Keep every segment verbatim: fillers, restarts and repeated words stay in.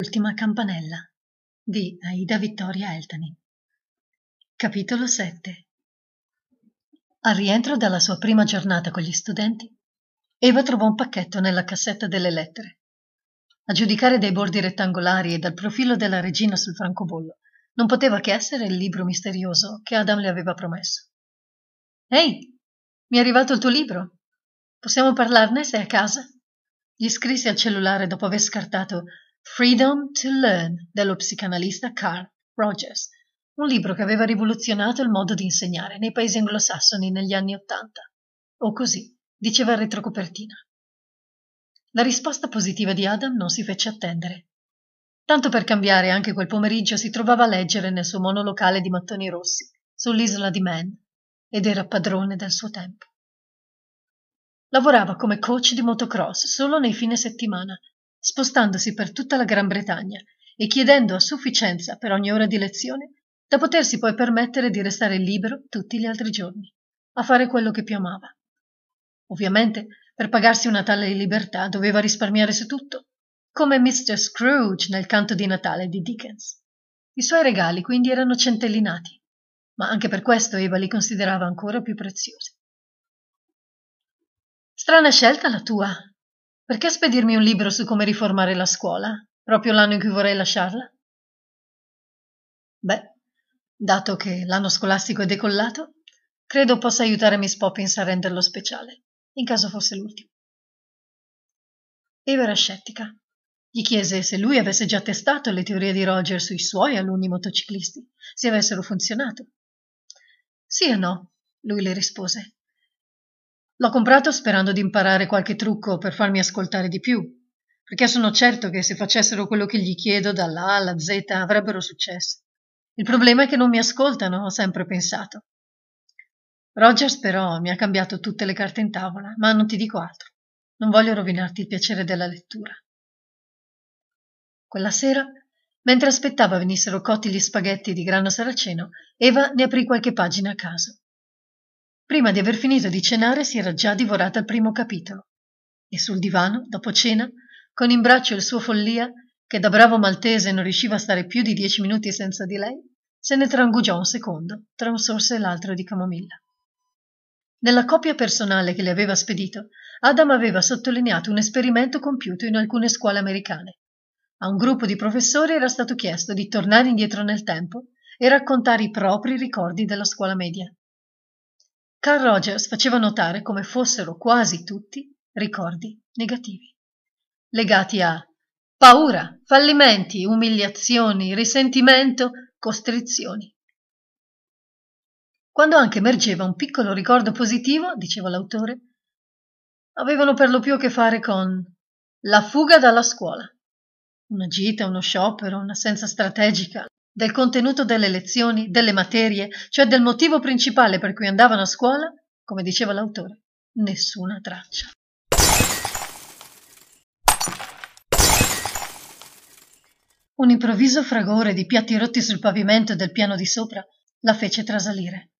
L'ultima campanella di Aida Vittoria Eltani. Capitolo sette. Al rientro dalla sua prima giornata con gli studenti, Eva trovò un pacchetto nella cassetta delle lettere. A giudicare dai bordi rettangolari e dal profilo della regina sul francobollo, non poteva che essere il libro misterioso che Adam le aveva promesso. «Ehi, mi è arrivato il tuo libro. Possiamo parlarne, sei a casa?» Gli scrissi al cellulare dopo aver scartato Freedom to Learn dello psicanalista Carl Rogers, un libro che aveva rivoluzionato il modo di insegnare nei paesi anglosassoni negli anni Ottanta. O così diceva il retrocopertina. La risposta positiva di Adam non si fece attendere. Tanto per cambiare, anche quel pomeriggio si trovava a leggere nel suo monolocale di mattoni rossi sull'isola di Man ed era padrone del suo tempo. Lavorava come coach di motocross solo nei fine settimana, spostandosi per tutta la Gran Bretagna e chiedendo a sufficienza per ogni ora di lezione da potersi poi permettere di restare libero tutti gli altri giorni, a fare quello che più amava. Ovviamente, per pagarsi una tale libertà doveva risparmiare su tutto, come mister Scrooge nel canto di Natale di Dickens. I suoi regali quindi erano centellinati, ma anche per questo Eva li considerava ancora più preziosi. Strana scelta la tua. Perché spedirmi un libro su come riformare la scuola, proprio l'anno in cui vorrei lasciarla? Beh, dato che l'anno scolastico è decollato, credo possa aiutare Miss Poppins a renderlo speciale, in caso fosse l'ultimo. Eva era scettica. Gli chiese se lui avesse già testato le teorie di Roger sui suoi alunni motociclisti, se avessero funzionato. Sì e no, lui le rispose. L'ho comprato sperando di imparare qualche trucco per farmi ascoltare di più, perché sono certo che se facessero quello che gli chiedo dalla A alla Z avrebbero successo. Il problema è che non mi ascoltano, ho sempre pensato. Rogers però mi ha cambiato tutte le carte in tavola, ma non ti dico altro. Non voglio rovinarti il piacere della lettura. Quella sera, mentre aspettava venissero cotti gli spaghetti di grano saraceno, Eva ne aprì qualche pagina a caso. Prima di aver finito di cenare si era già divorata il primo capitolo e sul divano, dopo cena, con in braccio il suo Follia, che da bravo maltese non riusciva a stare più di dieci minuti senza di lei, se ne trangugiò un secondo tra un sorso e l'altro di camomilla. Nella copia personale che le aveva spedito, Adam aveva sottolineato un esperimento compiuto in alcune scuole americane. A un gruppo di professori era stato chiesto di tornare indietro nel tempo e raccontare i propri ricordi della scuola media. Carl Rogers faceva notare come fossero quasi tutti ricordi negativi, legati a paura, fallimenti, umiliazioni, risentimento, costrizioni. Quando anche emergeva un piccolo ricordo positivo, diceva l'autore, avevano per lo più a che fare con la fuga dalla scuola, una gita, uno sciopero, un'assenza strategica, del contenuto delle lezioni, delle materie, cioè del motivo principale per cui andavano a scuola, come diceva l'autore, nessuna traccia. Un improvviso fragore di piatti rotti sul pavimento del piano di sopra la fece trasalire.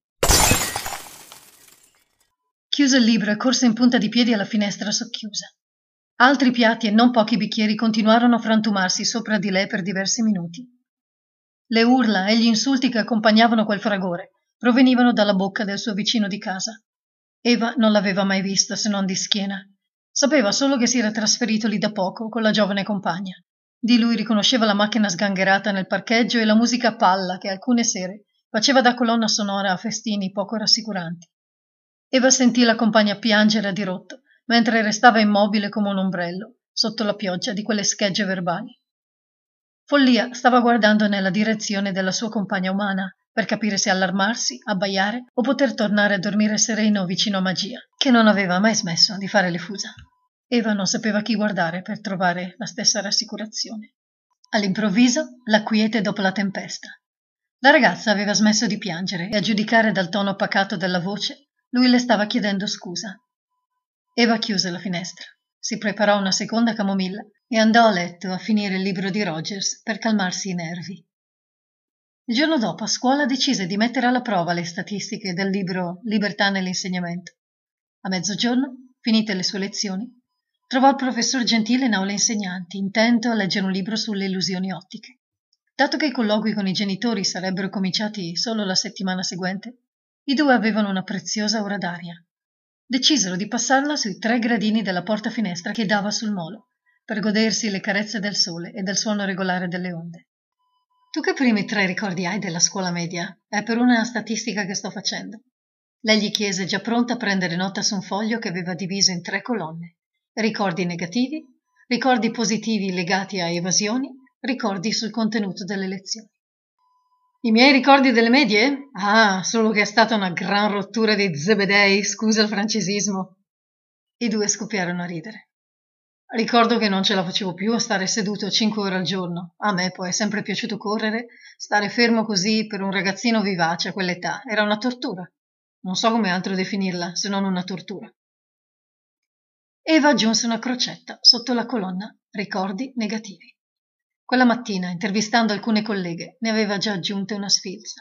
Chiuse il libro e corse in punta di piedi alla finestra socchiusa. Altri piatti e non pochi bicchieri continuarono a frantumarsi sopra di lei per diversi minuti. Le urla e gli insulti che accompagnavano quel fragore provenivano dalla bocca del suo vicino di casa. Eva non l'aveva mai visto se non di schiena. Sapeva solo che si era trasferito lì da poco con la giovane compagna. Di lui riconosceva la macchina sgangherata nel parcheggio e la musica a palla che alcune sere faceva da colonna sonora a festini poco rassicuranti. Eva sentì la compagna piangere a dirotto mentre restava immobile come un ombrello sotto la pioggia di quelle schegge verbali. Follia stava guardando nella direzione della sua compagna umana per capire se allarmarsi, abbaiare o poter tornare a dormire sereno vicino a Magia, che non aveva mai smesso di fare le fusa. Eva non sapeva chi guardare per trovare la stessa rassicurazione. All'improvviso, la quiete dopo la tempesta. La ragazza aveva smesso di piangere e, a giudicare dal tono pacato della voce, lui le stava chiedendo scusa. Eva chiuse la finestra, si preparò una seconda camomilla e andò a letto a finire il libro di Rogers per calmarsi i nervi. Il giorno dopo a scuola decise di mettere alla prova le statistiche del libro Libertà nell'insegnamento. A mezzogiorno, finite le sue lezioni, Trovò il professor Gentile in aula insegnanti, intento a leggere un libro sulle illusioni ottiche. Dato che i colloqui con i genitori sarebbero cominciati solo la settimana seguente, i due avevano una preziosa ora d'aria. Decisero di passarla sui tre gradini della porta-finestra che dava sul molo, per godersi le carezze del sole e del suono regolare delle onde. Tu che primi tre ricordi hai della scuola media? È per una statistica che sto facendo. Lei gli chiese, già pronta a prendere nota su un foglio che aveva diviso in tre colonne. Ricordi negativi, ricordi positivi legati a evasioni, ricordi sul contenuto delle lezioni. I miei ricordi delle medie? Ah, solo che è stata una gran rottura di zebedei, scusa il francesismo. I due scoppiarono a ridere. Ricordo che non ce la facevo più a stare seduto cinque ore al giorno. A me poi è sempre piaciuto correre, stare fermo così per un ragazzino vivace a quell'età era una tortura. Non so come altro definirla, se non una tortura. Eva aggiunse una crocetta sotto la colonna ricordi negativi. Quella mattina, intervistando alcune colleghe, ne aveva già aggiunte una sfilza.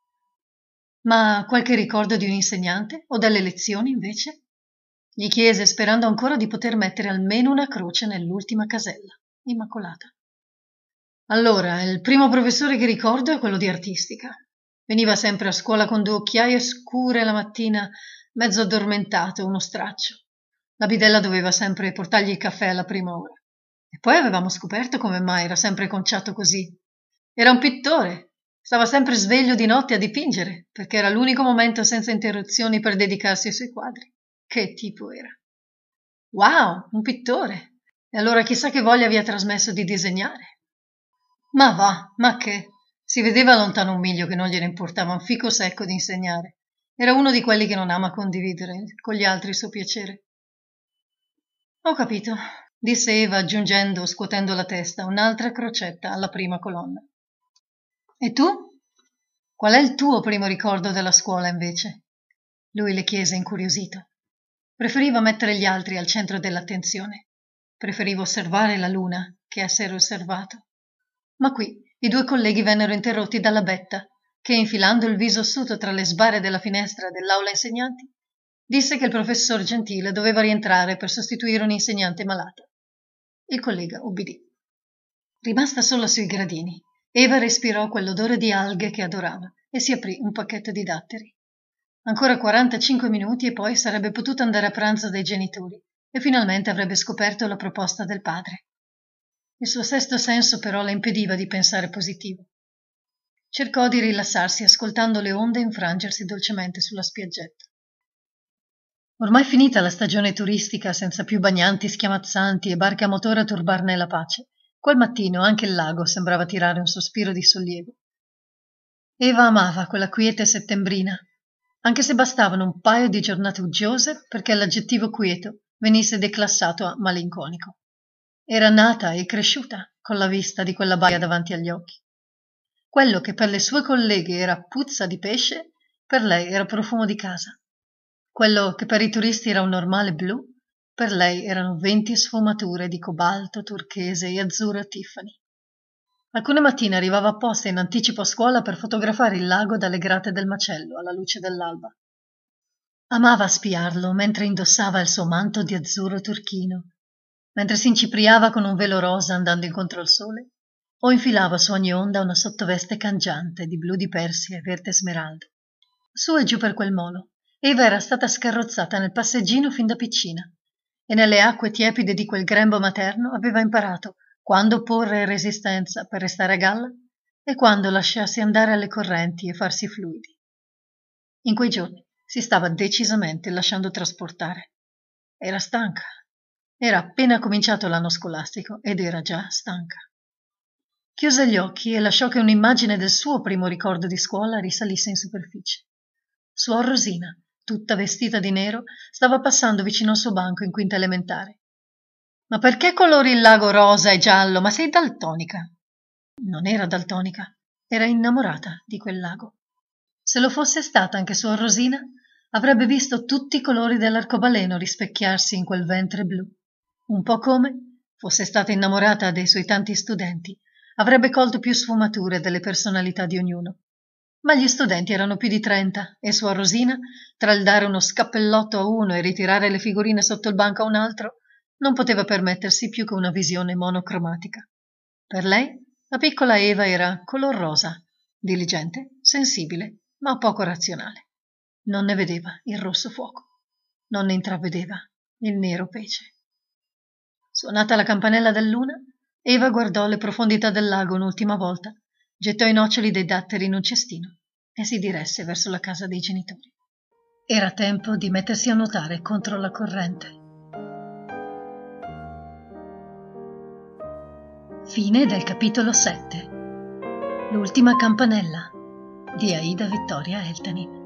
Ma qualche ricordo di un insegnante o delle lezioni, invece? Gli chiese, sperando ancora di poter mettere almeno una croce nell'ultima casella, immacolata. Allora, il primo professore che ricordo è quello di artistica. Veniva sempre a scuola con due occhiaie scure la mattina, mezzo addormentato, uno straccio. La bidella doveva sempre portargli il caffè alla prima ora. E poi avevamo scoperto come mai era sempre conciato così. Era un pittore. Stava sempre sveglio di notte a dipingere, perché era l'unico momento senza interruzioni per dedicarsi ai suoi quadri. Che tipo era? Wow, un pittore! E allora chissà che voglia vi ha trasmesso di disegnare. Ma va, ma che? Si vedeva lontano un miglio che non gliene importava un fico secco di insegnare. Era uno di quelli che non ama condividere con gli altri il suo piacere. Ho capito, disse Eva aggiungendo, scuotendo la testa, un'altra crocetta alla prima colonna. E tu? Qual è il tuo primo ricordo della scuola, invece? Lui le chiese incuriosito. Preferiva mettere gli altri al centro dell'attenzione. Preferiva osservare la luna che essere osservato. Ma qui i due colleghi vennero interrotti dalla Betta, che, infilando il viso ossuto tra le sbarre della finestra dell'aula insegnanti, disse che il professor Gentile doveva rientrare per sostituire un insegnante malato. Il collega ubbidì. Rimasta sola sui gradini, Eva respirò quell'odore di alghe che adorava e si aprì un pacchetto di datteri. Ancora quarantacinque minuti e poi sarebbe potuta andare a pranzo dai genitori e finalmente avrebbe scoperto la proposta del padre. Il suo sesto senso però le impediva di pensare positivo. Cercò di rilassarsi ascoltando le onde infrangersi dolcemente sulla spiaggetta. Ormai finita la stagione turistica, senza più bagnanti schiamazzanti e barche a motore a turbarne la pace, quel mattino anche il lago sembrava tirare un sospiro di sollievo. Eva amava quella quiete settembrina, anche se bastavano un paio di giornate uggiose perché l'aggettivo quieto venisse declassato a malinconico. Era nata e cresciuta con la vista di quella baia davanti agli occhi. Quello che per le sue colleghe era puzza di pesce, per lei era profumo di casa. Quello che per i turisti era un normale blu, per lei erano venti sfumature di cobalto, turchese e azzurro Tiffany. Alcune mattine arrivava apposta in anticipo a scuola per fotografare il lago dalle grate del macello alla luce dell'alba. Amava spiarlo mentre indossava il suo manto di azzurro turchino, mentre si incipriava con un velo rosa andando incontro al sole, o infilava su ogni onda una sottoveste cangiante di blu di Persia e verde smeraldo. Su e giù per quel molo, Eva era stata scarrozzata nel passeggino fin da piccina e nelle acque tiepide di quel grembo materno aveva imparato quando porre resistenza per restare a galla e quando lasciarsi andare alle correnti e farsi fluidi. In quei giorni si stava decisamente lasciando trasportare. Era stanca. Era appena cominciato l'anno scolastico ed era già stanca. Chiuse gli occhi e lasciò che un'immagine del suo primo ricordo di scuola risalisse in superficie. Suor Rosina, tutta vestita di nero, stava passando vicino al suo banco in quinta elementare. Ma perché colori il lago rosa e giallo? Ma sei daltonica? Non era daltonica, era innamorata di quel lago. Se lo fosse stata anche suor Rosina, avrebbe visto tutti i colori dell'arcobaleno rispecchiarsi in quel ventre blu. Un po' come, fosse stata innamorata dei suoi tanti studenti, avrebbe colto più sfumature delle personalità di ognuno. Ma gli studenti erano più di trenta e suor Rosina, tra il dare uno scappellotto a uno e ritirare le figurine sotto il banco a un altro, non poteva permettersi più che una visione monocromatica. Per lei, la piccola Eva era color rosa, diligente, sensibile, ma poco razionale. Non ne vedeva il rosso fuoco, non ne intravedeva il nero pece. Suonata la campanella del luna, Eva guardò le profondità del lago un'ultima volta, gettò i noccioli dei datteri in un cestino e si diresse verso la casa dei genitori. Era tempo di mettersi a nuotare contro la corrente. Fine del capitolo sette. L'ultima campanella di Aida Vittoria Eltanin.